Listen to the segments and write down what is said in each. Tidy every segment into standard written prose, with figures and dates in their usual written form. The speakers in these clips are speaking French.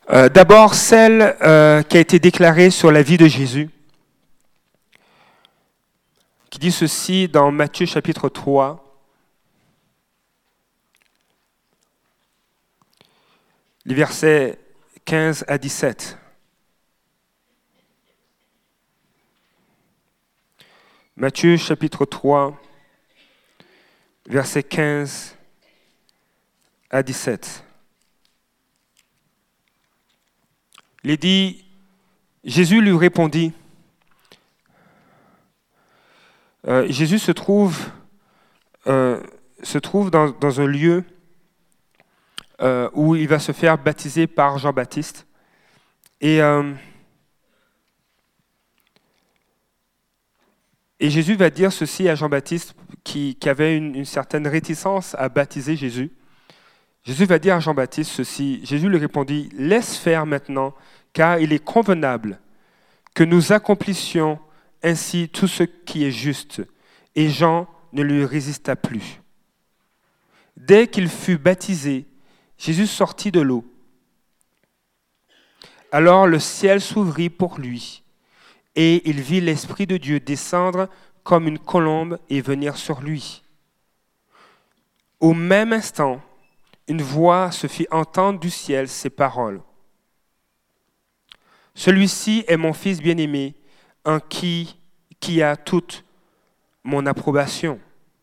D'abord, celle qui a été déclarée sur la vie de Jésus, qui dit ceci dans Matthieu chapitre 3. Les versets 15 à 17. Matthieu chapitre 3, versets 15 à 17. Il est dit, Jésus lui répondit, Jésus se trouve dans un lieu où il va se faire baptiser par Jean-Baptiste. Et Jésus va dire ceci à Jean-Baptiste, qui avait une certaine réticence à baptiser Jésus. Jésus va dire à Jean-Baptiste ceci. Jésus lui répondit, « Laisse faire maintenant, car il est convenable que nous accomplissions ainsi tout ce qui est juste. » Et Jean ne lui résista plus. Dès qu'il fut baptisé, Jésus sortit de l'eau. Alors le ciel s'ouvrit pour lui, et il vit l'Esprit de Dieu descendre comme une colombe et venir sur lui. Au même instant, une voix se fit entendre du ciel ces paroles. « Celui-ci est mon Fils bien-aimé, en qui a toute mon approbation. »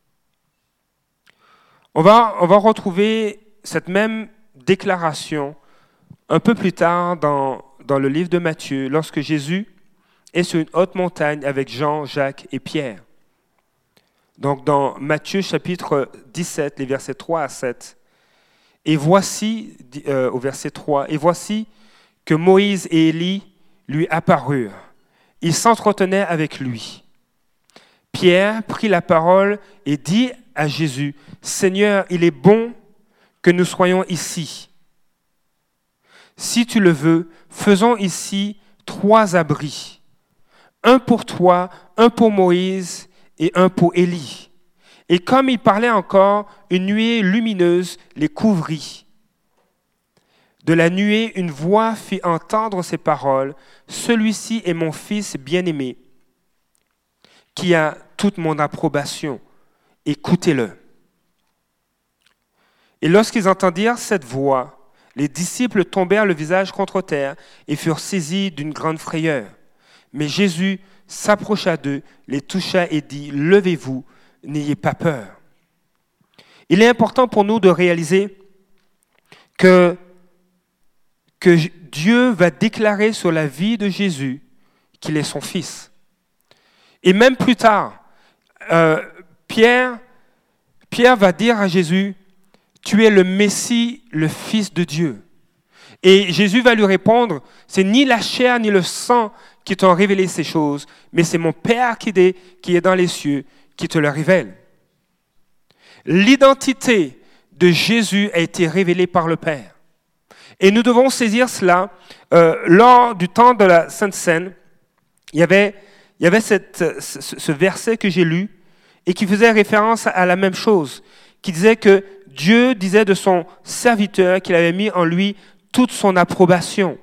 On va retrouver cette même déclaration un peu plus tard dans le livre de Matthieu, lorsque Jésus est sur une haute montagne avec Jean, Jacques et Pierre. Donc dans Matthieu chapitre 17, les versets 3 à 7, et voici, au verset 3, « Et voici que Moïse et Élie lui apparurent. Ils s'entretenaient avec lui. Pierre prit la parole et dit à Jésus, « Seigneur, il est bon que nous soyons ici. Si tu le veux, faisons ici 3 abris, un pour toi, un pour Moïse et un pour Élie. » Et comme il parlait encore, une nuée lumineuse les couvrit. De la nuée, une voix fit entendre ces paroles, « Celui-ci est mon Fils bien-aimé, qui a toute mon approbation. Écoutez-le. » Et lorsqu'ils entendirent cette voix, les disciples tombèrent le visage contre terre et furent saisis d'une grande frayeur. Mais Jésus s'approcha d'eux, les toucha et dit, « Levez-vous, n'ayez pas peur. » Il est important pour nous de réaliser que Dieu va déclarer sur la vie de Jésus qu'il est son Fils. Et même plus tard, Pierre va dire à Jésus, « Tu es le Messie, le Fils de Dieu. » Et Jésus va lui répondre, « C'est ni la chair ni le sang qui t'ont révélé ces choses, mais c'est mon Père qui est dans les cieux qui te le révèle. » L'identité de Jésus a été révélée par le Père. Et nous devons saisir cela. Lors du temps de la Sainte Seine, il y avait ce verset que j'ai lu et qui faisait référence à la même chose, qui disait que Dieu disait de son serviteur qu'il avait mis en lui toute son approbation.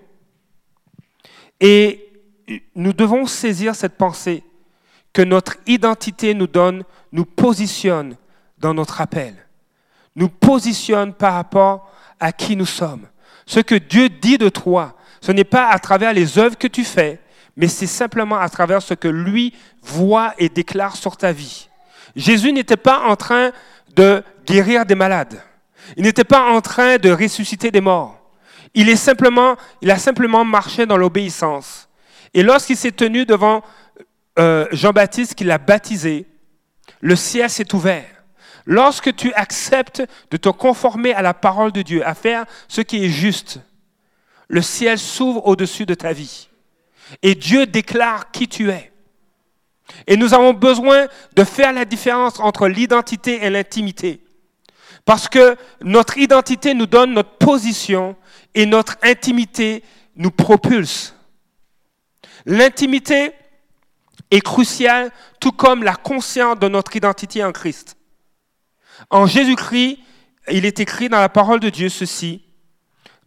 Et nous devons saisir cette pensée que notre identité nous positionne dans notre appel, nous positionne par rapport à qui nous sommes. Ce que Dieu dit de toi, ce n'est pas à travers les œuvres que tu fais, mais c'est simplement à travers ce que lui voit et déclare sur ta vie. Jésus n'était pas en train de guérir des malades. Il n'était pas en train de ressusciter des morts. Il a simplement marché dans l'obéissance. Et lorsqu'il s'est tenu devant Jean-Baptiste, qui l'a baptisé, le ciel s'est ouvert. Lorsque tu acceptes de te conformer à la parole de Dieu, à faire ce qui est juste, le ciel s'ouvre au-dessus de ta vie. Et Dieu déclare qui tu es. Et nous avons besoin de faire la différence entre l'identité et l'intimité. Parce que notre identité nous donne notre position et notre intimité nous propulse. L'intimité est cruciale, tout comme la conscience de notre identité en Christ. En Jésus-Christ, il est écrit dans la parole de Dieu ceci,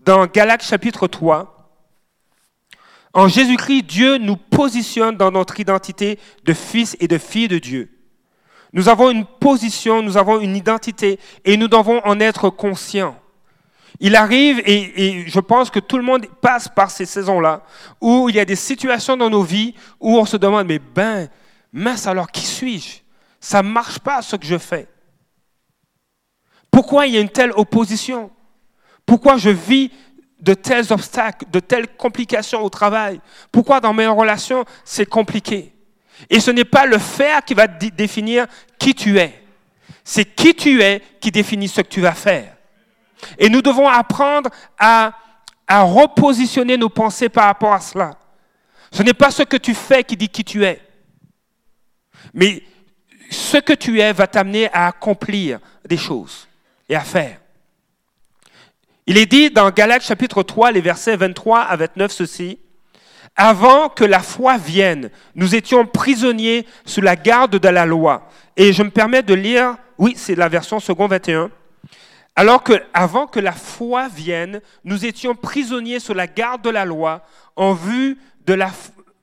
dans Galates chapitre 3, en Jésus-Christ, Dieu nous positionne dans notre identité de fils et de filles de Dieu. Nous avons une position, nous avons une identité et nous devons en être conscients. Il arrive, et je pense que tout le monde passe par ces saisons-là, où il y a des situations dans nos vies où on se demande, mais mince alors, qui suis-je? Ça ne marche pas ce que je fais. Pourquoi il y a une telle opposition? Pourquoi je vis de tels obstacles, de telles complications au travail? Pourquoi dans mes relations, c'est compliqué? Et ce n'est pas le faire qui va définir qui tu es. C'est qui tu es qui définit ce que tu vas faire. Et nous devons apprendre à repositionner nos pensées par rapport à cela. Ce n'est pas ce que tu fais qui dit qui tu es. Mais ce que tu es va t'amener à accomplir des choses et à faire. Il est dit dans Galates chapitre 3, les versets 23 à 29, ceci. « Avant que la foi vienne, nous étions prisonniers sous la garde de la loi. » Et je me permets de lire, oui, c'est la version second 21. « Avant que la foi vienne, nous étions prisonniers sous la garde de la loi en vue de la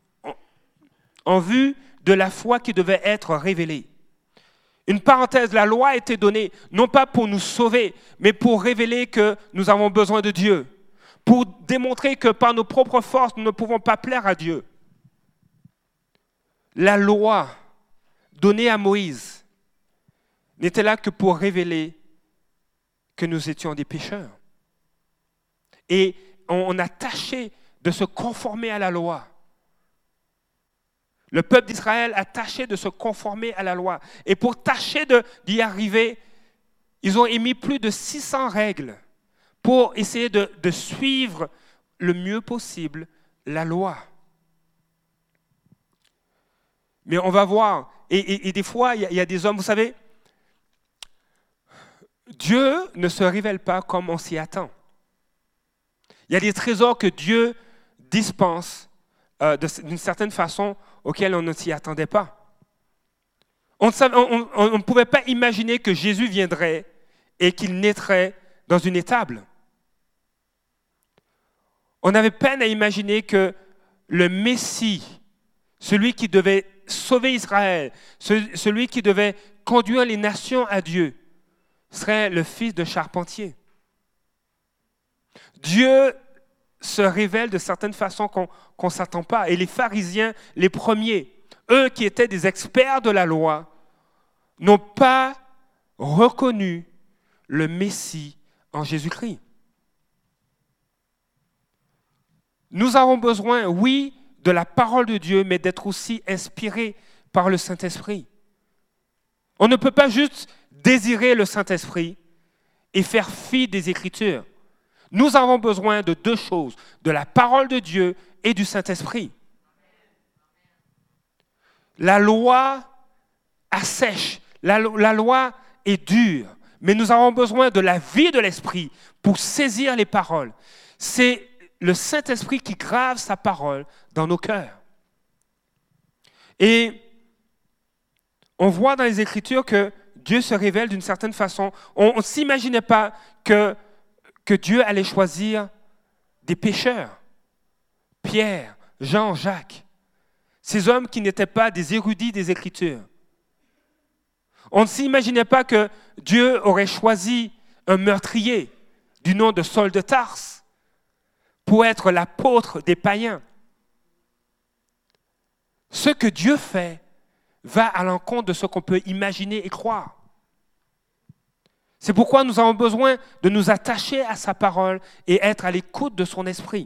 foi qui devait être révélée. » Une parenthèse, la loi a été donnée, non pas pour nous sauver, mais pour révéler que nous avons besoin de Dieu. Pour démontrer que par nos propres forces, nous ne pouvons pas plaire à Dieu. La loi donnée à Moïse n'était là que pour révéler que nous étions des pécheurs. Et on a tâché de se conformer à la loi. Le peuple d'Israël a tâché de se conformer à la loi. Et pour tâcher d'y arriver, ils ont émis plus de 600 règles pour essayer de suivre le mieux possible la loi. Mais on va voir, et des fois, il y a des hommes, vous savez, Dieu ne se révèle pas comme on s'y attend. Il y a des trésors que Dieu dispense d'une certaine façon auxquels on ne s'y attendait pas. On ne pouvait pas imaginer que Jésus viendrait et qu'il naîtrait dans une étable. On avait peine à imaginer que le Messie, celui qui devait sauver Israël, celui qui devait conduire les nations à Dieu, serait le fils de charpentier. Dieu se révèle de certaines façons qu'on ne s'attend pas. Et les pharisiens, les premiers, eux qui étaient des experts de la loi, n'ont pas reconnu le Messie en Jésus-Christ. Nous avons besoin, oui, de la parole de Dieu, mais d'être aussi inspirés par le Saint-Esprit. On ne peut pas juste désirer le Saint-Esprit et faire fi des Écritures. Nous avons besoin de deux choses, de la parole de Dieu et du Saint-Esprit. La loi assèche, la loi est dure, mais nous avons besoin de la vie de l'Esprit pour saisir les paroles. C'est le Saint-Esprit qui grave sa parole dans nos cœurs. Et on voit dans les Écritures que Dieu se révèle d'une certaine façon. On ne s'imaginait pas que Dieu allait choisir des pécheurs. Pierre, Jean, Jacques. Ces hommes qui n'étaient pas des érudits des Écritures. On ne s'imaginait pas que Dieu aurait choisi un meurtrier du nom de Saul de Tarse pour être l'apôtre des païens. Ce que Dieu fait va à l'encontre de ce qu'on peut imaginer et croire. C'est pourquoi nous avons besoin de nous attacher à sa parole et être à l'écoute de son esprit.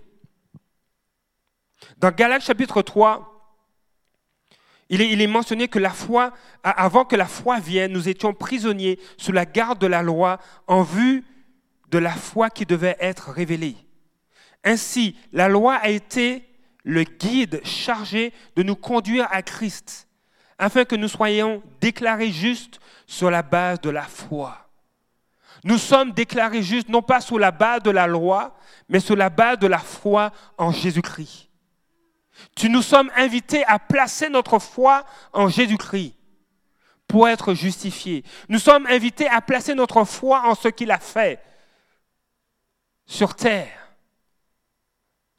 Dans Galates chapitre 3, il est mentionné que la foi, avant que la foi vienne, nous étions prisonniers sous la garde de la loi en vue de la foi qui devait être révélée. Ainsi, la loi a été le guide chargé de nous conduire à Christ, afin que nous soyons déclarés justes sur la base de la foi. Nous sommes déclarés justes non pas sur la base de la loi, mais sur la base de la foi en Jésus-Christ. Nous sommes invités à placer notre foi en Jésus-Christ pour être justifiés. Nous sommes invités à placer notre foi en ce qu'il a fait sur terre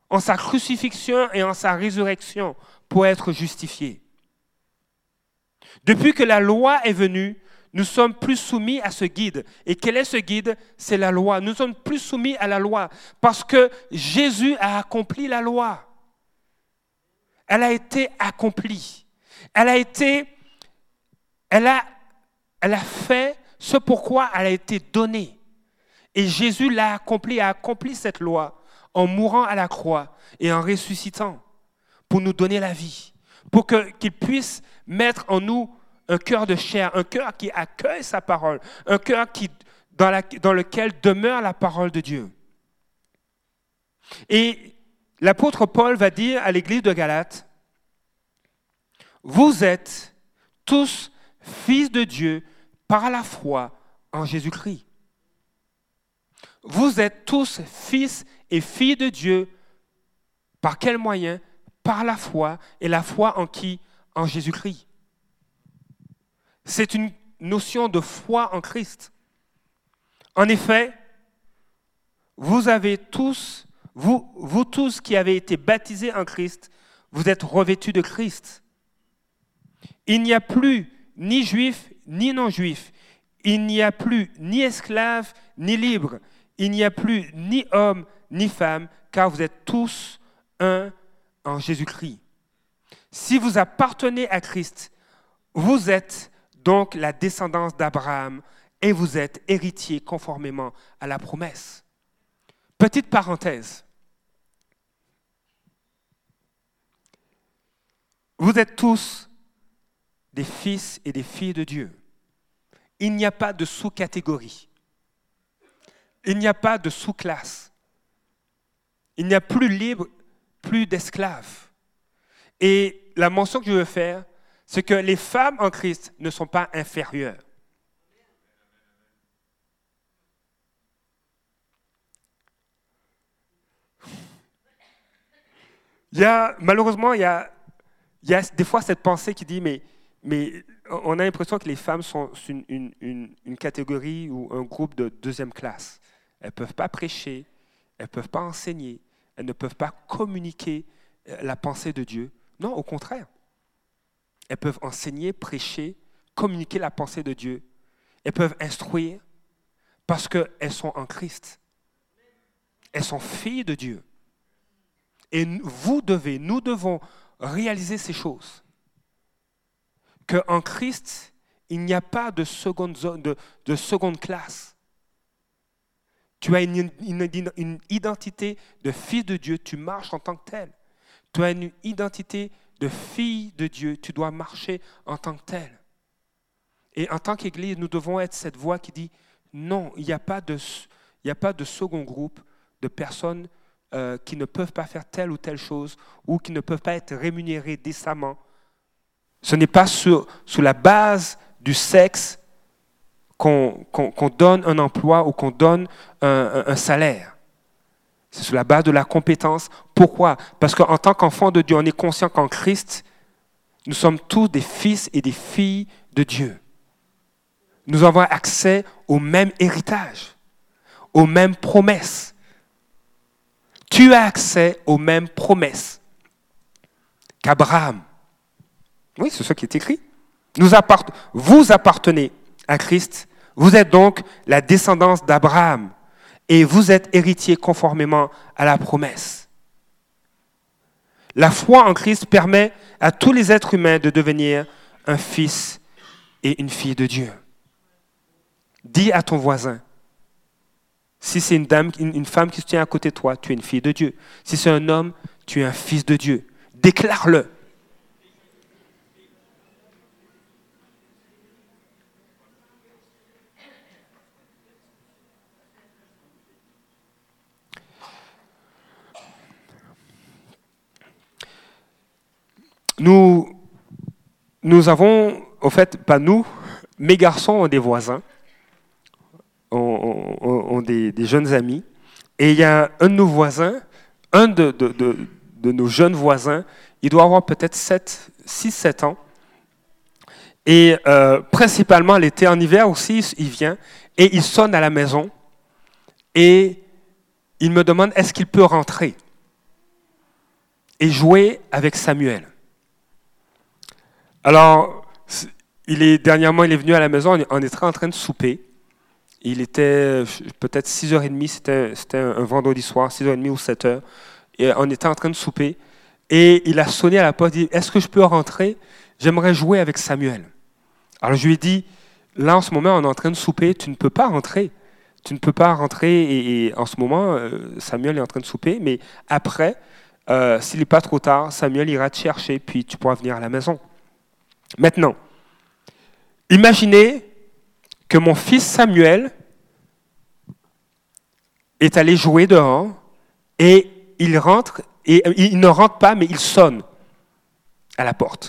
en sa crucifixion et en sa résurrection pour être justifiés. Depuis que la loi est venue, nous sommes plus soumis à ce guide. Et quel est ce guide? C'est la loi. Nous sommes plus soumis à la loi parce que Jésus a accompli la loi. Elle a été accomplie. Elle a fait ce pourquoi elle a été donnée. Et Jésus l'a accompli, a accompli cette loi en mourant à la croix et en ressuscitant pour nous donner la vie, pour qu'il puisse mettre en nous un cœur de chair, un cœur qui accueille sa parole, un cœur dans lequel demeure la parole de Dieu. Et l'apôtre Paul va dire à l'église de Galate, « Vous êtes tous fils de Dieu par la foi en Jésus-Christ. » Vous êtes tous fils et filles de Dieu. Par quel moyen? Par la foi. Et la foi en qui? En Jésus-Christ. C'est une notion de foi en Christ. En effet, vous avez tous, vous tous qui avez été baptisés en Christ, vous êtes revêtus de Christ. Il n'y a plus ni juif ni non-juif. Il n'y a plus ni esclave ni libre. Il n'y a plus ni homme ni femme, car vous êtes tous un en Jésus-Christ. Si vous appartenez à Christ, vous êtes donc la descendance d'Abraham et vous êtes héritier conformément à la promesse. Petite parenthèse. Vous êtes tous des fils et des filles de Dieu. Il n'y a pas de sous-catégorie. Il n'y a pas de sous-classe. Il n'y a plus libre, plus d'esclaves. Et la mention que je veux faire, c'est que les femmes en Christ ne sont pas inférieures. Malheureusement, il y a des fois cette pensée qui dit, mais on a l'impression que les femmes sont une catégorie ou un groupe de deuxième classe. Elles ne peuvent pas prêcher, elles ne peuvent pas enseigner, elles ne peuvent pas communiquer la pensée de Dieu. Non, au contraire. Elles peuvent enseigner, prêcher, communiquer la pensée de Dieu. Elles peuvent instruire parce qu'elles sont en Christ. Elles sont filles de Dieu. Et nous devons réaliser ces choses. Qu'en Christ, il n'y a pas de seconde classe. Tu as une identité de fils de Dieu, tu marches en tant que tel. Tu as une identité de fille de Dieu, tu dois marcher en tant que tel. Et en tant qu'Église, nous devons être cette voix qui dit non, il n'y a pas de second groupe de personnes qui ne peuvent pas faire telle ou telle chose ou qui ne peuvent pas être rémunérées décemment. Ce n'est pas sous la base du sexe qu'on donne un emploi ou qu'on donne un salaire. C'est sur la base de la compétence. Pourquoi? Parce qu'en tant qu'enfant de Dieu, on est conscient qu'en Christ, nous sommes tous des fils et des filles de Dieu. Nous avons accès au même héritage, aux mêmes promesses. Tu as accès aux mêmes promesses qu'Abraham. Oui, c'est ce qui est écrit. Vous appartenez à Christ. Vous êtes donc la descendance d'Abraham et vous êtes héritier conformément à la promesse. La foi en Christ permet à tous les êtres humains de devenir un fils et une fille de Dieu. Dis à ton voisin, si c'est une femme qui se tient à côté de toi, tu es une fille de Dieu. Si c'est un homme, tu es un fils de Dieu. Déclare-le. Nous avons, au fait, pas nous, mes garçons ont des voisins, ont des jeunes amis, et il y a un de nos voisins, un de nos jeunes voisins, il doit avoir peut-être 6-7 ans, et principalement l'été, en hiver aussi, il vient, et il sonne à la maison, et il me demande est-ce qu'il peut rentrer. et jouer avec Samuel. Alors, dernièrement, il est venu à la maison, on était en train de souper. Il était peut-être 6h30, c'était un vendredi soir, 6h30 ou 7h. Et on était en train de souper. Et il a sonné à la porte, il dit « Est-ce que je peux rentrer? J'aimerais jouer avec Samuel. » Alors je lui ai dit « Là, en ce moment, on est en train de souper, tu ne peux pas rentrer. Tu ne peux pas rentrer et en ce moment, Samuel est en train de souper. Mais après, s'il n'est pas trop tard, Samuel ira te chercher, puis tu pourras venir à la maison. » Maintenant, imaginez que mon fils Samuel est allé jouer dehors et il rentre, et il ne rentre pas, mais il sonne à la porte.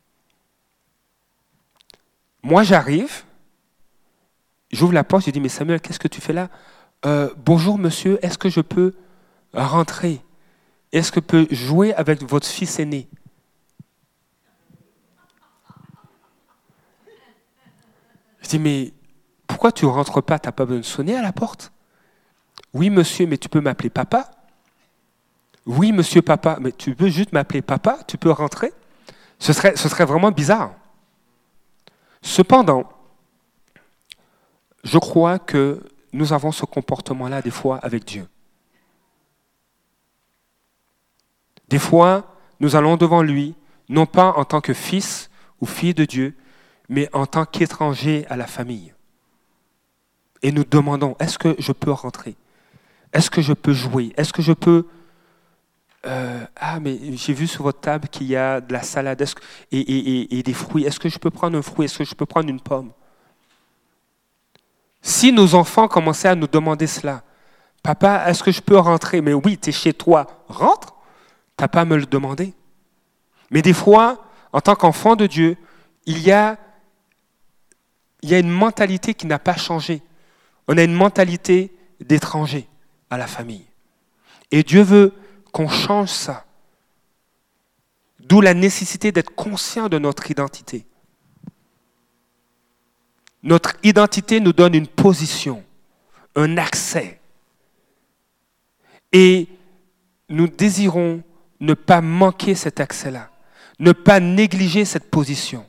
Moi, j'arrive, j'ouvre la porte, je dis « Mais Samuel, qu'est-ce que tu fais là ? Bonjour monsieur, est-ce que je peux rentrer ? Est-ce que je peux jouer avec votre fils aîné ?» Je dis « Mais pourquoi tu ne rentres pas ? Tu n'as pas besoin de sonner à la porte ? » « Oui, monsieur, mais tu peux m'appeler papa ? » « Oui, monsieur papa, mais tu peux juste m'appeler papa ? Tu peux rentrer ? » Ce serait vraiment bizarre. Cependant, je crois que nous avons ce comportement-là des fois avec Dieu. Des fois, nous allons devant lui, non pas en tant que fils ou fille de Dieu, mais en tant qu'étranger à la famille. Et nous demandons, est-ce que je peux rentrer ? Est-ce que je peux jouer ? Est-ce que je peux... mais j'ai vu sur votre table qu'il y a de la salade et des fruits. Est-ce que je peux prendre un fruit ? Est-ce que je peux prendre une pomme ? Si nos enfants commençaient à nous demander cela, « Papa, est-ce que je peux rentrer ?» Mais oui, tu es chez toi, rentre. Tu n'as pas à me le demander. Mais des fois, en tant qu'enfant de Dieu, il y a une mentalité qui n'a pas changé. On a une mentalité d'étranger à la famille. Et Dieu veut qu'on change ça. D'où la nécessité d'être conscient de notre identité. Notre identité nous donne une position, un accès. Et nous désirons ne pas manquer cet accès-là, ne pas négliger cette position.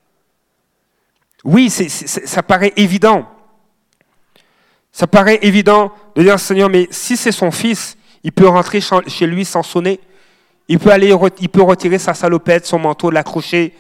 Oui, ça paraît évident. Ça paraît évident de dire, Seigneur, mais si c'est son fils, il peut rentrer chez lui sans sonner. Il peut retirer sa salopette, son manteau, l'accrocher.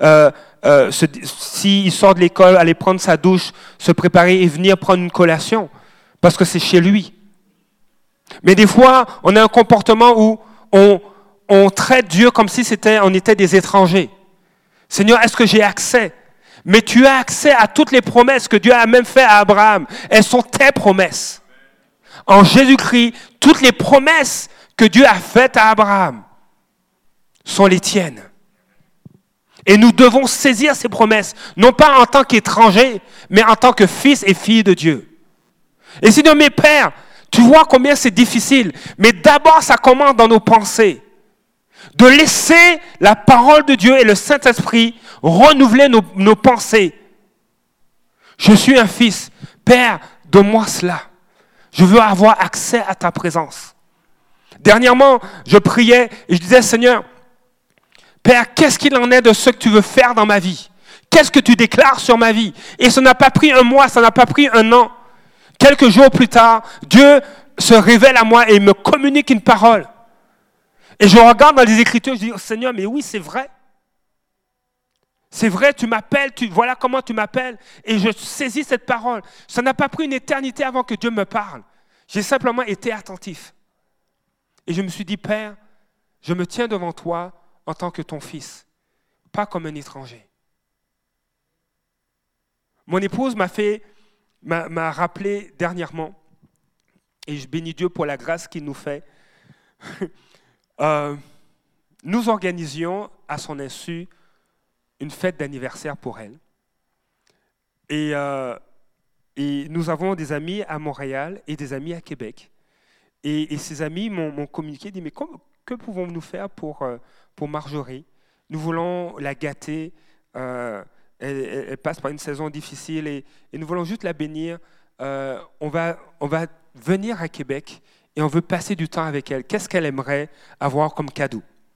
S'il sort de l'école, aller prendre sa douche, se préparer et venir prendre une collation. Parce que c'est chez lui. Mais des fois, on a un comportement où on traite Dieu comme si on était des étrangers. Seigneur, est-ce que j'ai accès ? Mais tu as accès à toutes les promesses que Dieu a même faites à Abraham. Elles sont tes promesses. En Jésus-Christ, toutes les promesses que Dieu a faites à Abraham sont les tiennes. Et nous devons saisir ces promesses, non pas en tant qu'étrangers, mais en tant que fils et filles de Dieu. Et sinon, mes pères, tu vois combien c'est difficile, mais d'abord, ça commence dans nos pensées. De laisser la parole de Dieu et le Saint-Esprit renouveler nos pensées. Je suis un fils. Père, donne-moi cela. Je veux avoir accès à ta présence. Dernièrement, je priais et je disais, Seigneur, Père, qu'est-ce qu'il en est de ce que tu veux faire dans ma vie? Qu'est-ce que tu déclares sur ma vie? Et ça n'a pas pris un mois, ça n'a pas pris un an. Quelques jours plus tard, Dieu se révèle à moi et me communique une parole. Et je regarde dans les Écritures, je dis, oh, Seigneur, mais oui, c'est vrai. C'est vrai, tu m'appelles, voilà comment tu m'appelles. Et je saisis cette parole. Ça n'a pas pris une éternité avant que Dieu me parle. J'ai simplement été attentif. Et je me suis dit, Père, je me tiens devant toi en tant que ton fils, pas comme un étranger. Mon épouse m'a rappelé dernièrement, et je bénis Dieu pour la grâce qu'il nous fait. Nous organisions à son insu une fête d'anniversaire pour elle. Et nous avons des amis à Montréal et des amis à Québec. Et ces amis m'ont communiqué, dit, mais que pouvons-nous faire pour Marjorie? Nous voulons la gâter. Elle passe par une saison difficile et nous voulons juste la bénir. On va venir à Québec et on veut passer du temps avec elle. Qu'est-ce qu'elle aimerait avoir comme cadeau?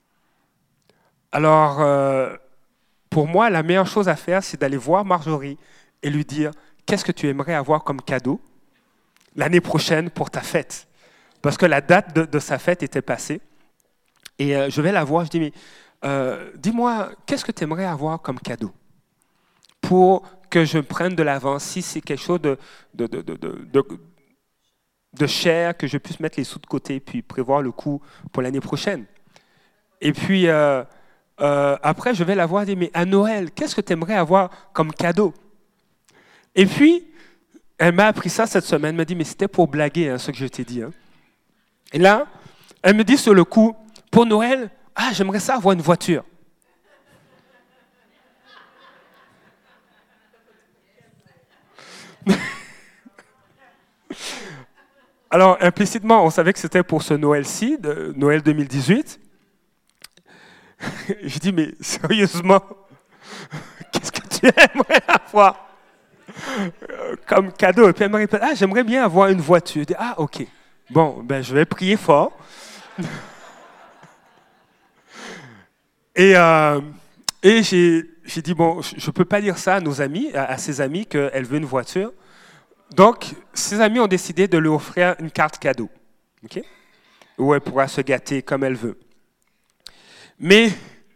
Alors, pour moi, la meilleure chose à faire, c'est d'aller voir Marjorie et lui dire qu'est-ce que tu aimerais avoir comme cadeau l'année prochaine pour ta fête. Parce que la date de sa fête était passée. Et je vais la voir, je dis, mais dis-moi, qu'est-ce que tu aimerais avoir comme cadeau pour que je prenne de l'avance, si c'est quelque chose de cher, que je puisse mettre les sous de côté, puis prévoir le coût pour l'année prochaine. Et puis, après, je vais la voir et dire, mais à Noël, qu'est-ce que tu aimerais avoir comme cadeau? Et puis, elle m'a appris ça cette semaine, elle m'a dit, mais c'était pour blaguer, hein, ce que je t'ai dit. Hein. Et là, elle me dit sur le coup, pour Noël, j'aimerais ça avoir une voiture. Alors, implicitement, on savait que c'était pour ce Noël-ci, de Noël 2018. Je dis, mais sérieusement, qu'est-ce que tu aimerais avoir comme cadeau? Et puis elle me répète, j'aimerais bien avoir une voiture. Je dis, ok. Bon, ben je vais prier fort. Et j'ai dit, bon, je ne peux pas dire ça à nos amis, à ses amis, qu'elle veut une voiture. Donc, ses amis ont décidé de lui offrir une carte cadeau, okay? Où elle pourra se gâter comme elle veut. Mais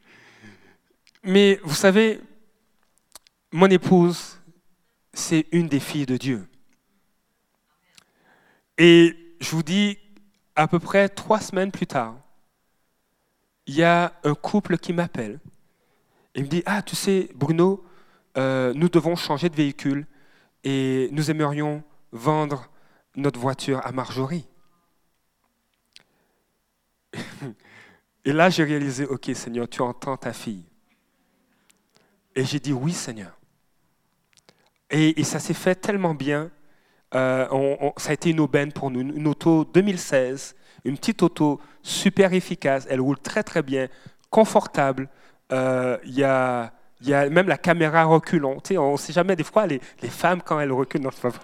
vous savez, mon épouse, c'est une des filles de Dieu. Et je vous dis, à peu près 3 semaines plus tard, il y a un couple qui m'appelle. Il me dit, tu sais, Bruno, nous devons changer de véhicule et nous aimerions vendre notre voiture à Marjorie. Et là, j'ai réalisé, ok, Seigneur, tu entends ta fille. Et j'ai dit, oui, Seigneur. Et ça s'est fait tellement bien. Ça a été une aubaine pour nous, une auto 2016, une petite auto super efficace. Elle roule très, très bien, confortable. Il y a même la caméra reculant. Tu sais, on ne sait jamais, des fois, les femmes, quand elles reculent, non, c'est pas vrai.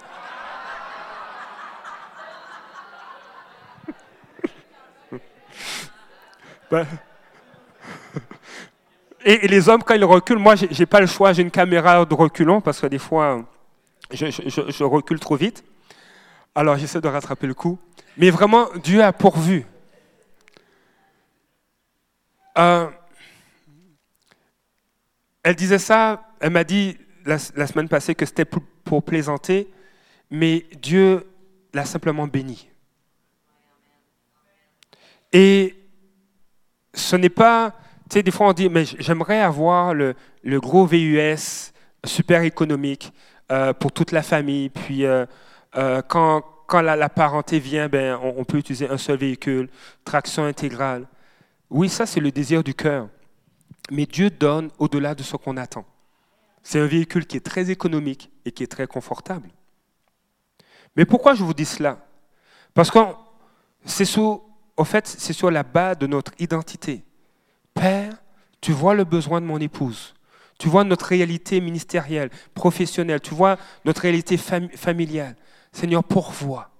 Ben, et les hommes, quand ils reculent, moi, je n'ai pas le choix, j'ai une caméra de reculant parce que des fois, je recule trop vite. Alors, j'essaie de rattraper le coup. Mais vraiment, Dieu a pourvu. Elle disait ça, elle m'a dit la semaine passée que c'était pour plaisanter, mais Dieu l'a simplement béni. Et ce n'est pas, tu sais, des fois on dit, mais j'aimerais avoir le gros VUS super économique pour toute la famille. Puis quand la parenté vient, on peut utiliser un seul véhicule, traction intégrale. Oui, ça c'est le désir du cœur. Mais Dieu donne au-delà de ce qu'on attend. C'est un véhicule qui est très économique et qui est très confortable. Mais pourquoi je vous dis cela? Parce que c'est sur la base de notre identité. Père, tu vois le besoin de mon épouse. Tu vois notre réalité ministérielle, professionnelle. Tu vois notre réalité familiale. Seigneur, pourvois.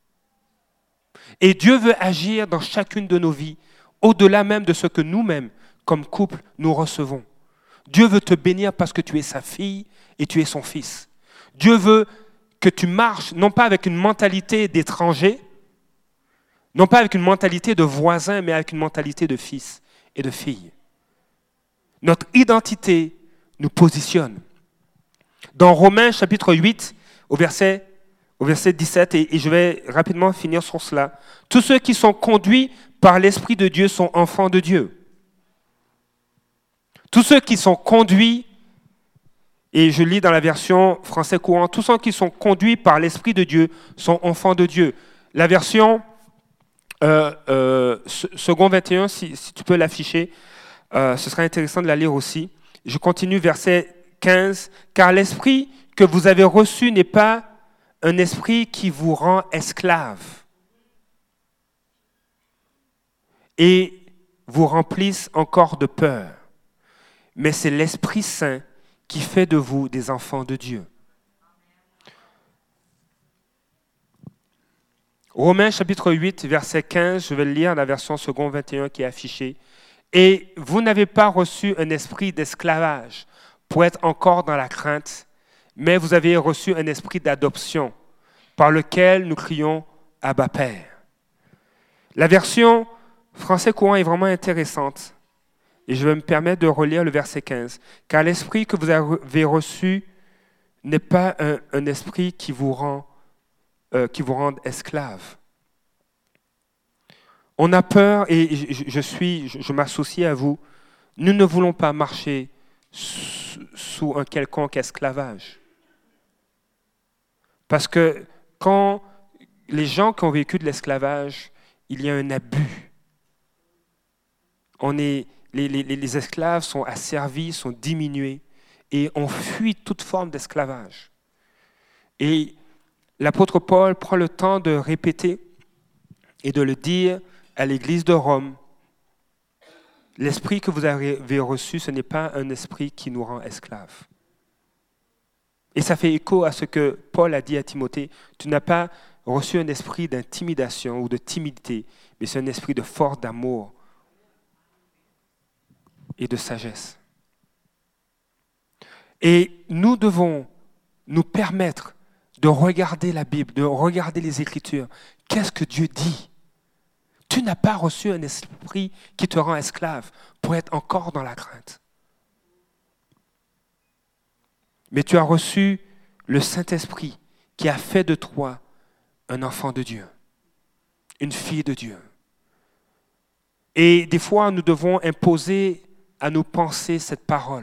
Et Dieu veut agir dans chacune de nos vies, au-delà même de ce que nous-mêmes, comme couple, nous recevons. Dieu veut te bénir parce que tu es sa fille et tu es son fils. Dieu veut que tu marches, non pas avec une mentalité d'étranger, non pas avec une mentalité de voisin, mais avec une mentalité de fils et de fille. Notre identité nous positionne. Dans Romains chapitre 8, au verset 17, et je vais rapidement finir sur cela, tous ceux qui sont conduits par l'Esprit de Dieu sont enfants de Dieu. Tous ceux qui sont conduits, et je lis dans la version français courant, tous ceux qui sont conduits par l'Esprit de Dieu sont enfants de Dieu. La version second 21, si tu peux l'afficher, ce serait intéressant de la lire aussi. Je continue, verset 15. « Car l'esprit que vous avez reçu n'est pas un esprit qui vous rend esclave et vous remplisse encore de peur. Mais c'est l'Esprit Saint qui fait de vous des enfants de Dieu. » Romains chapitre 8, verset 15, je vais le lire, la version second 21 qui est affichée. Et vous n'avez pas reçu un esprit d'esclavage pour être encore dans la crainte, mais vous avez reçu un esprit d'adoption par lequel nous crions « Abba Père ». La version français courant est vraiment intéressante. Et je vais me permettre de relire le verset 15. « Car l'esprit que vous avez reçu n'est pas un esprit qui vous rende esclave. » On a peur, et je m'associe à vous, nous ne voulons pas marcher sous un quelconque esclavage. Parce que quand les gens qui ont vécu de l'esclavage, il y a un abus. Les esclaves sont asservis, sont diminués, et on fuit toute forme d'esclavage. Et l'apôtre Paul prend le temps de répéter et de le dire à l'église de Rome. L'esprit que vous avez reçu, ce n'est pas un esprit qui nous rend esclaves. Et ça fait écho à ce que Paul a dit à Timothée. Tu n'as pas reçu un esprit d'intimidation ou de timidité, mais c'est un esprit de force, d'amour et de sagesse. Et nous devons nous permettre de regarder la Bible, de regarder les Écritures. Qu'est-ce que Dieu dit ? Tu n'as pas reçu un esprit qui te rend esclave pour être encore dans la crainte. Mais tu as reçu le Saint-Esprit qui a fait de toi un enfant de Dieu, une fille de Dieu. Et des fois, nous devons imposer à nos pensées cette parole.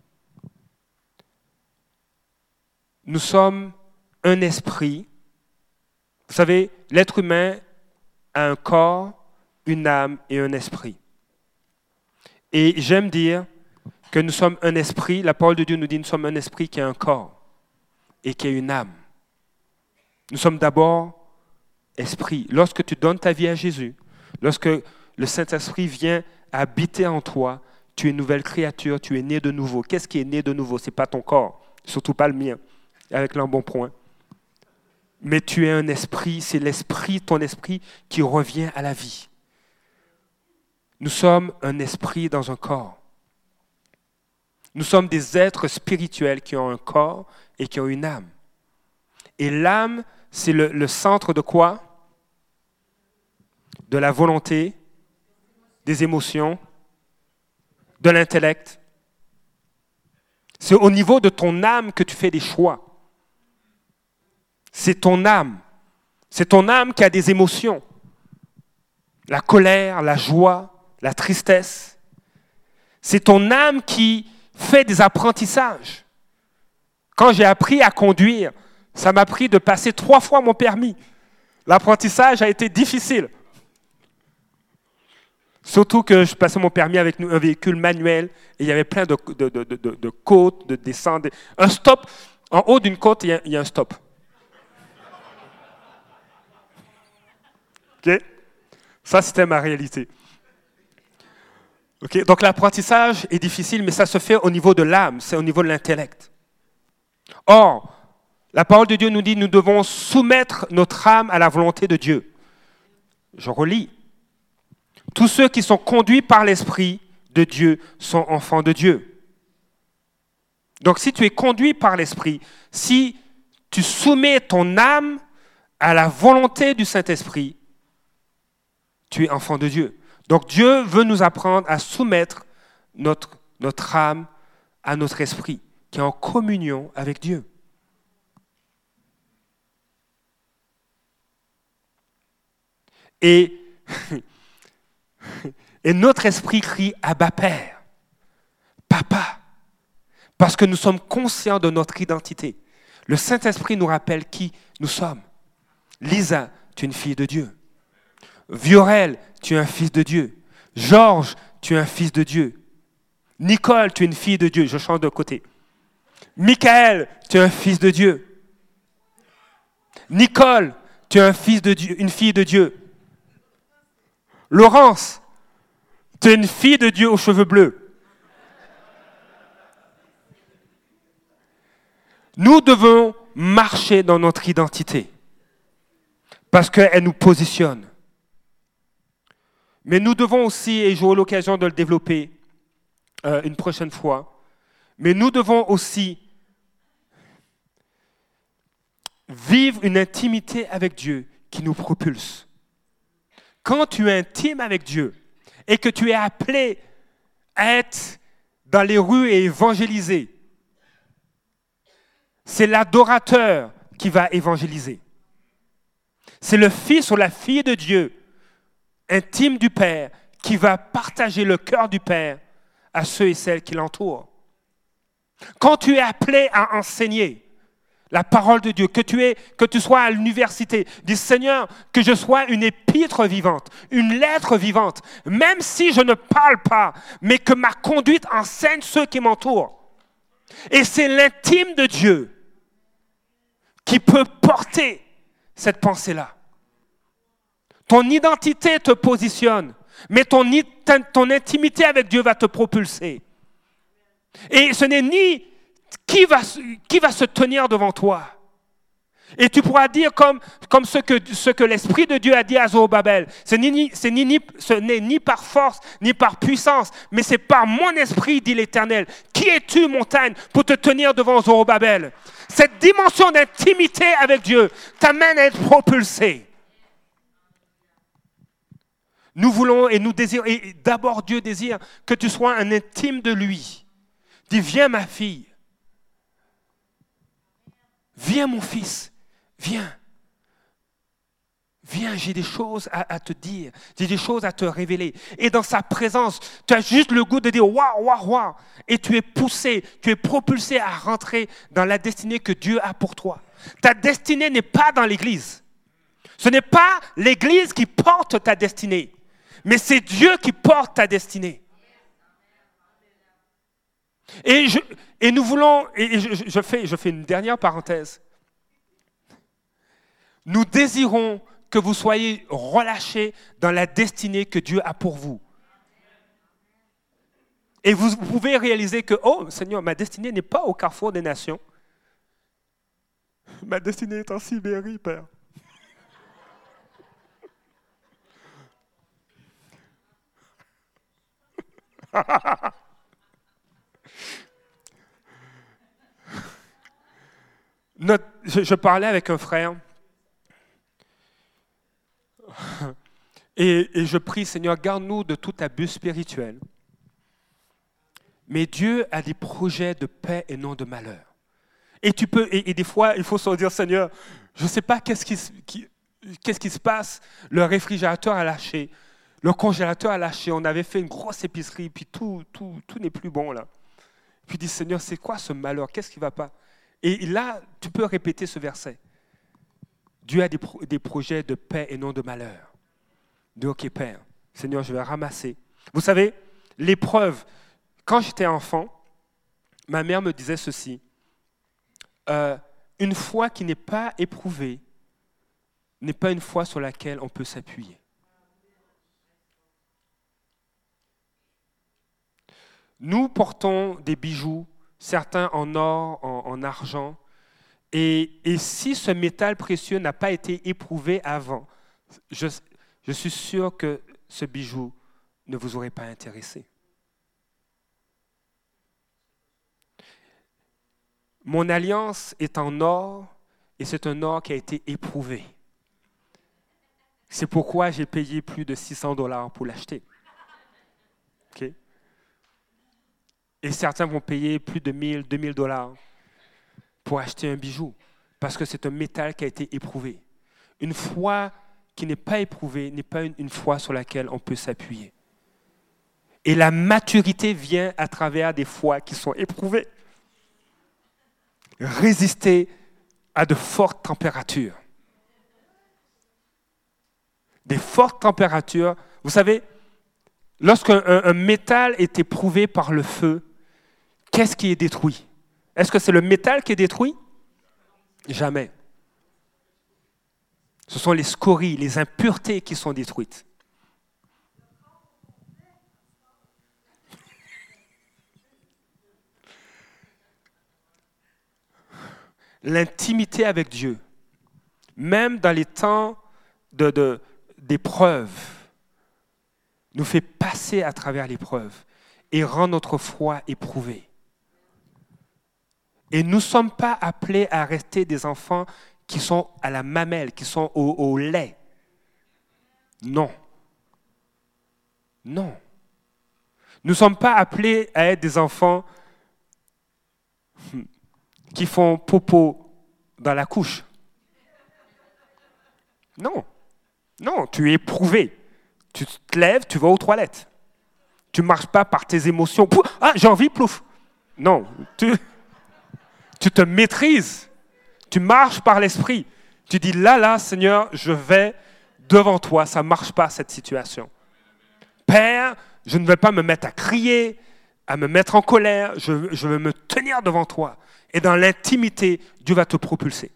Nous sommes un esprit. Vous savez, l'être humain a un corps, une âme et un esprit. Et j'aime dire que nous sommes un esprit. La parole de Dieu nous dit que nous sommes un esprit qui a un corps et qui a une âme. Nous sommes d'abord esprit. Lorsque tu donnes ta vie à Jésus, lorsque le Saint-Esprit vient habiter en toi, tu es une nouvelle créature, tu es né de nouveau. Qu'est-ce qui est né de nouveau ? Ce n'est pas ton corps, surtout pas le mien, avec l'embonpoint. Mais tu es un esprit, c'est l'esprit, ton esprit qui revient à la vie. Nous sommes un esprit dans un corps. Nous sommes des êtres spirituels qui ont un corps et qui ont une âme. Et l'âme, c'est le centre de quoi ? De la volonté, des émotions, de l'intellect. C'est au niveau de ton âme que tu fais des choix. C'est ton âme. C'est ton âme qui a des émotions. La colère, la joie, la tristesse. C'est ton âme qui fait des apprentissages. Quand j'ai appris à conduire, ça m'a pris de passer 3 fois mon permis. L'apprentissage a été difficile. Surtout que je passais mon permis avec un véhicule manuel et il y avait plein de côtes, de descentes. Un stop, en haut d'une côte, il y a un stop. Okay? Ça, c'était ma réalité. Okay? Donc l'apprentissage est difficile, mais ça se fait au niveau de l'âme, c'est au niveau de l'intellect. Or, la parole de Dieu nous dit que nous devons soumettre notre âme à la volonté de Dieu. Je relis. Tous ceux qui sont conduits par l'Esprit de Dieu sont enfants de Dieu. Donc si tu es conduit par l'Esprit, si tu soumets ton âme à la volonté du Saint-Esprit, tu es enfant de Dieu. Donc Dieu veut nous apprendre à soumettre notre âme à notre esprit, qui est en communion avec Dieu. Et notre esprit crie « Abba Père »,« Papa », parce que nous sommes conscients de notre identité. Le Saint-Esprit nous rappelle qui nous sommes. Lisa, tu es une fille de Dieu. Viorel, tu es un fils de Dieu. Georges, tu es un fils de Dieu. Nicole, tu es une fille de Dieu. Je change de côté. Michael, tu es un fils de Dieu. Nicole, tu es un fils de Dieu, une fille de Dieu. Laurence, tu es une fille de Dieu aux cheveux bleus. Nous devons marcher dans notre identité parce qu'elle nous positionne. Mais nous devons aussi, et j'aurai l'occasion de le développer une prochaine fois, mais nous devons aussi vivre une intimité avec Dieu qui nous propulse. Quand tu es intime avec Dieu et que tu es appelé à être dans les rues et évangéliser, c'est l'adorateur qui va évangéliser. C'est le fils ou la fille de Dieu, intime du Père, qui va partager le cœur du Père à ceux et celles qui l'entourent. Quand tu es appelé à enseigner la parole de Dieu, que tu sois à l'université, dis Seigneur, que je sois une épître vivante, une lettre vivante, même si je ne parle pas, mais que ma conduite enseigne ceux qui m'entourent. Et c'est l'intime de Dieu qui peut porter cette pensée-là. Ton identité te positionne, mais ton intimité avec Dieu va te propulser. Et ce n'est ni qui va se tenir devant toi. Et tu pourras dire comme ce que l'Esprit de Dieu a dit à Zorobabel, ce n'est ni par force, ni par puissance, mais c'est par mon esprit, dit l'Éternel. Qui es-tu, montagne, pour te tenir devant Zorobabel? Cette dimension d'intimité avec Dieu t'amène à être propulsé. Nous voulons et nous désirons, et d'abord Dieu désire que tu sois un intime de lui. Dis, viens ma fille, viens mon fils, viens. Viens, j'ai des choses à te dire, j'ai des choses à te révéler. Et dans sa présence, tu as juste le goût de dire waouh, waouh, waouh. Et tu es poussé, tu es propulsé à rentrer dans la destinée que Dieu a pour toi. Ta destinée n'est pas dans l'église. Ce n'est pas l'église qui porte ta destinée, mais c'est Dieu qui porte ta destinée. Et nous voulons, et je fais une dernière parenthèse. Nous désirons que vous soyez relâchés dans la destinée que Dieu a pour vous. Et vous pouvez réaliser que, oh Seigneur, ma destinée n'est pas au carrefour des nations. Ma destinée est en Sibérie, Père. Je parlais avec un frère et je prie, Seigneur, garde-nous de tout abus spirituel. Mais Dieu a des projets de paix et non de malheur. Et des fois, il faut se dire, Seigneur, je ne sais pas qu'est-ce qui se passe. Le réfrigérateur a lâché, le congélateur a lâché. On avait fait une grosse épicerie, puis tout n'est plus bon là. Puis dis, Seigneur, c'est quoi ce malheur? Qu'est-ce qui ne va pas? Et là, tu peux répéter ce verset. Dieu a des projets de paix et non de malheur. Dis, ok, Père, Seigneur, je vais ramasser. Vous savez, l'épreuve, quand j'étais enfant, ma mère me disait ceci. Une foi qui n'est pas éprouvée n'est pas une foi sur laquelle on peut s'appuyer. Nous portons des bijoux, certains en or, en argent, et si ce métal précieux n'a pas été éprouvé avant, je suis sûr que ce bijou ne vous aurait pas intéressé. Mon alliance est en or, et c'est un or qui a été éprouvé. C'est pourquoi j'ai payé plus de $600 pour l'acheter. Okay? Et certains vont payer plus de $1,000, $2,000 pour acheter un bijou, parce que c'est un métal qui a été éprouvé. Une foi qui n'est pas éprouvée n'est pas une foi sur laquelle on peut s'appuyer. Et la maturité vient à travers des foi qui sont éprouvées. Résister à de fortes températures. Des fortes températures. Vous savez, lorsqu'un métal est éprouvé par le feu, qu'est-ce qui est détruit? Est-ce que c'est le métal qui est détruit? Jamais. Ce sont les scories, les impuretés qui sont détruites. L'intimité avec Dieu, même dans les temps d'épreuve, nous fait passer à travers l'épreuve et rend notre foi éprouvée. Et nous ne sommes pas appelés à rester des enfants qui sont à la mamelle, qui sont au lait. Non. Non. Nous ne sommes pas appelés à être des enfants qui font popo dans la couche. Non. Non, tu es éprouvé. Tu te lèves, tu vas aux toilettes. Tu ne marches pas par tes émotions. Ah, j'ai envie, plouf. Non, tu te maîtrises. Tu marches par l'esprit. Tu dis, là, Seigneur, je vais devant toi. Ça ne marche pas, cette situation. Père, je ne vais pas me mettre à crier, à me mettre en colère. Je vais me tenir devant toi. Et dans l'intimité, Dieu va te propulser.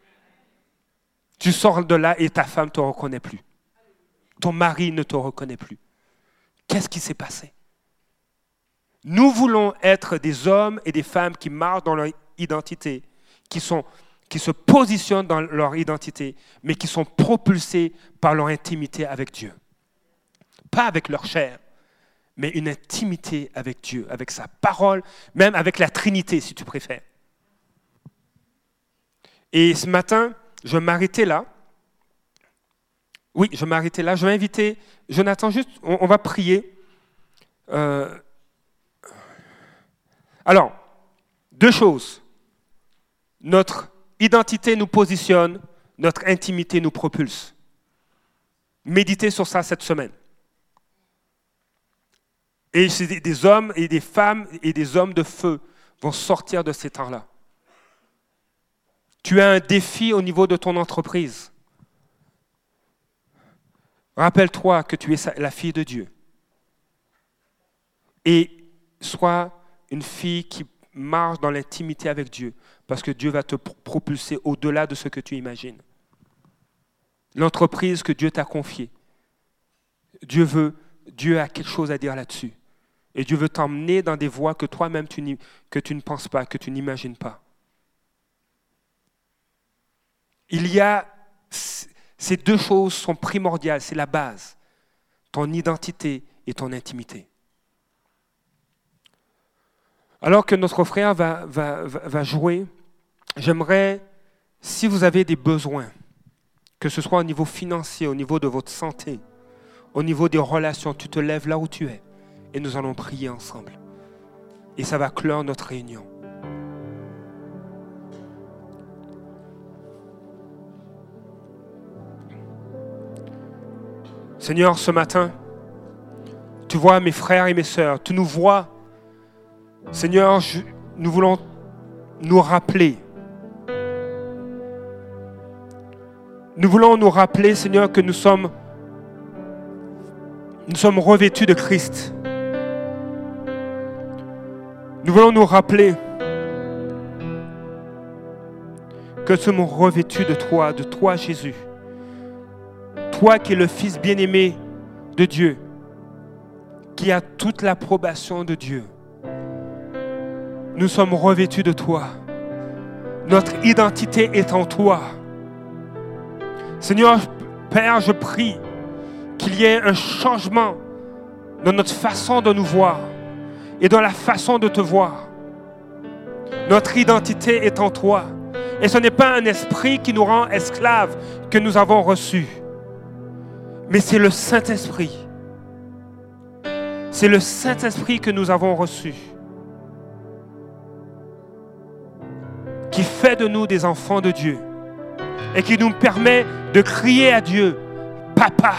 Tu sors de là et ta femme ne te reconnaît plus. Ton mari ne te reconnaît plus. Qu'est-ce qui s'est passé? Nous voulons être des hommes et des femmes qui marchent dans leur identité, qui se positionnent dans leur identité, mais qui sont propulsés par leur intimité avec Dieu. Pas avec leur chair, mais une intimité avec Dieu, avec sa parole, même avec la Trinité, si tu préfères. Et ce matin, je vais m'arrêter là. Oui, je vais m'arrêter là. Je vais inviter Jonathan, juste, on va prier. Alors, deux choses. Notre identité nous positionne, notre intimité nous propulse. Méditez sur ça cette semaine. Et des hommes et des femmes et des hommes de feu vont sortir de ces temps-là. Tu as un défi au niveau de ton entreprise. Rappelle-toi que tu es la fille de Dieu. Et sois une fille qui marche dans l'intimité avec Dieu, parce que Dieu va te propulser au-delà de ce que tu imagines. L'entreprise que Dieu t'a confiée, Dieu a quelque chose à dire là-dessus. Et Dieu veut t'emmener dans des voies que toi-même tu ne penses pas, que tu n'imagines pas. Ces deux choses sont primordiales, c'est la base. Ton identité et ton intimité. Alors que notre frère va jouer, j'aimerais, si vous avez des besoins, que ce soit au niveau financier, au niveau de votre santé, au niveau des relations, tu te lèves là où tu es et nous allons prier ensemble. Et ça va clore notre réunion. Seigneur, ce matin, tu vois mes frères et mes sœurs, tu nous vois. Seigneur, nous voulons nous rappeler. Nous voulons nous rappeler, Seigneur, que nous sommes revêtus de Christ. Nous voulons nous rappeler que nous sommes revêtus de toi Jésus. Toi qui es le Fils bien-aimé de Dieu, qui a toute l'approbation de Dieu. Nous sommes revêtus de toi. Notre identité est en toi. Seigneur, Père, je prie qu'il y ait un changement dans notre façon de nous voir et dans la façon de te voir. Notre identité est en toi. Et ce n'est pas un esprit qui nous rend esclaves que nous avons reçu. Mais c'est le Saint-Esprit. C'est le Saint-Esprit que nous avons reçu. Qui fait de nous des enfants de Dieu. Et qui nous permet de crier à Dieu, Papa.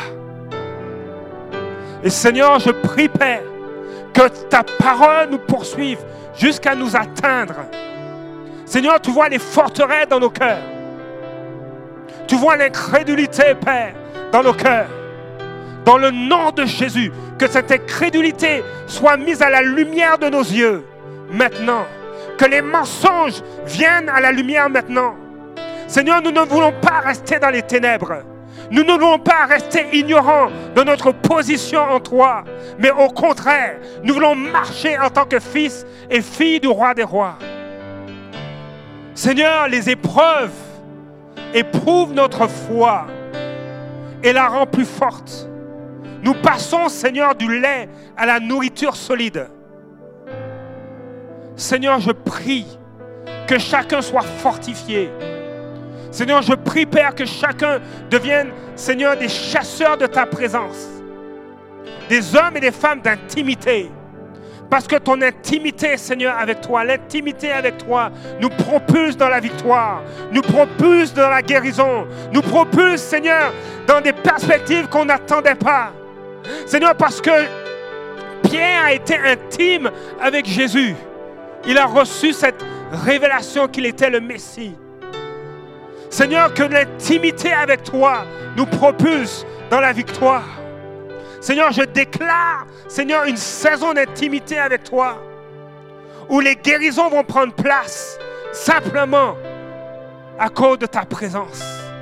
Et Seigneur, je prie, Père, que ta parole nous poursuive jusqu'à nous atteindre. Seigneur, tu vois les forteresses dans nos cœurs. Tu vois l'incrédulité, Père, dans nos cœurs. Dans le nom de Jésus, que cette incrédulité soit mise à la lumière de nos yeux maintenant. Que les mensonges viennent à la lumière maintenant. Seigneur, nous ne voulons pas rester dans les ténèbres. Nous ne voulons pas rester ignorants de notre position en toi. Mais au contraire, nous voulons marcher en tant que fils et filles du roi des rois. Seigneur, les épreuves éprouvent notre foi et la rend plus forte. Nous passons, Seigneur, du lait à la nourriture solide. Seigneur, je prie que chacun soit fortifié. Seigneur, je prie, Père, que chacun devienne, Seigneur, des chasseurs de ta présence. Des hommes et des femmes d'intimité. Parce que ton intimité, Seigneur, avec toi, l'intimité avec toi, nous propulse dans la victoire, nous propulse dans la guérison, nous propulse, Seigneur, dans des perspectives qu'on n'attendait pas. Seigneur, parce que Pierre a été intime avec Jésus. Il a reçu cette révélation qu'il était le Messie. Seigneur, que l'intimité avec toi nous propulse dans la victoire. Seigneur, je déclare, Seigneur, une saison d'intimité avec toi où les guérisons vont prendre place simplement à cause de ta présence.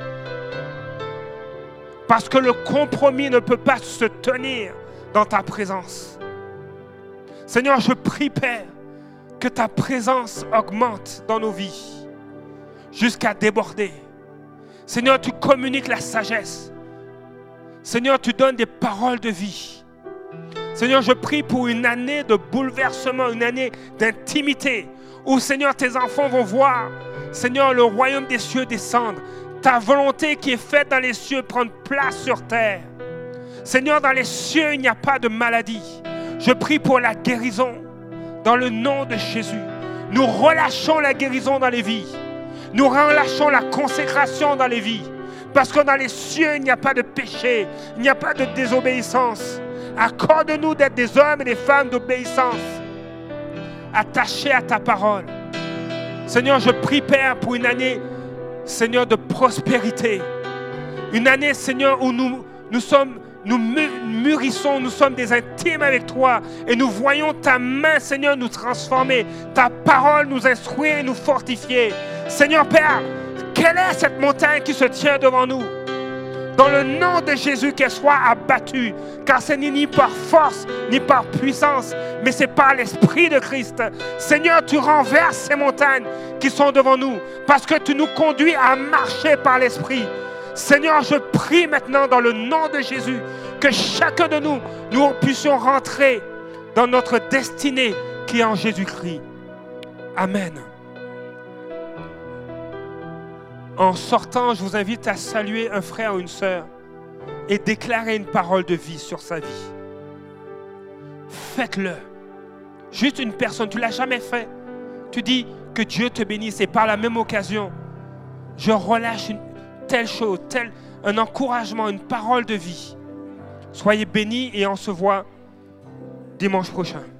Parce que le compromis ne peut pas se tenir dans ta présence. Seigneur, je prie, Père, que ta présence augmente dans nos vies jusqu'à déborder. Seigneur, tu communiques la sagesse. Seigneur, tu donnes des paroles de vie. Seigneur, je prie pour une année de bouleversement, une année d'intimité, où, Seigneur, tes enfants vont voir, Seigneur, le royaume des cieux descendre. Ta volonté qui est faite dans les cieux prendre place sur terre. Seigneur, dans les cieux, il n'y a pas de maladie. Je prie pour la guérison dans le nom de Jésus. Nous relâchons la guérison dans les vies. Nous relâchons la consécration dans les vies. Parce que dans les cieux, il n'y a pas de péché, il n'y a pas de désobéissance. Accorde-nous d'être des hommes et des femmes d'obéissance, attachés à ta parole. Seigneur, je prie, Père, pour une année, Seigneur, de prospérité. Une année, Seigneur, où nous mûrissons, nous sommes des intimes avec toi et nous voyons ta main, Seigneur, nous transformer, ta parole nous instruire et nous fortifier. Seigneur, Père, quelle est cette montagne qui se tient devant nous? Dans le nom de Jésus, qu'elle soit abattue, car ce n'est ni par force, ni par puissance, mais c'est par l'Esprit de Christ. Seigneur, tu renverses ces montagnes qui sont devant nous, parce que tu nous conduis à marcher par l'Esprit. Seigneur, je prie maintenant dans le nom de Jésus, que chacun de nous, nous puissions rentrer dans notre destinée qui est en Jésus-Christ. Amen. En sortant, je vous invite à saluer un frère ou une sœur et déclarer une parole de vie sur sa vie. Faites-le. Juste une personne, tu ne l'as jamais fait. Tu dis que Dieu te bénisse et par la même occasion, je relâche une telle chose, un encouragement, une parole de vie. Soyez bénis et on se voit dimanche prochain.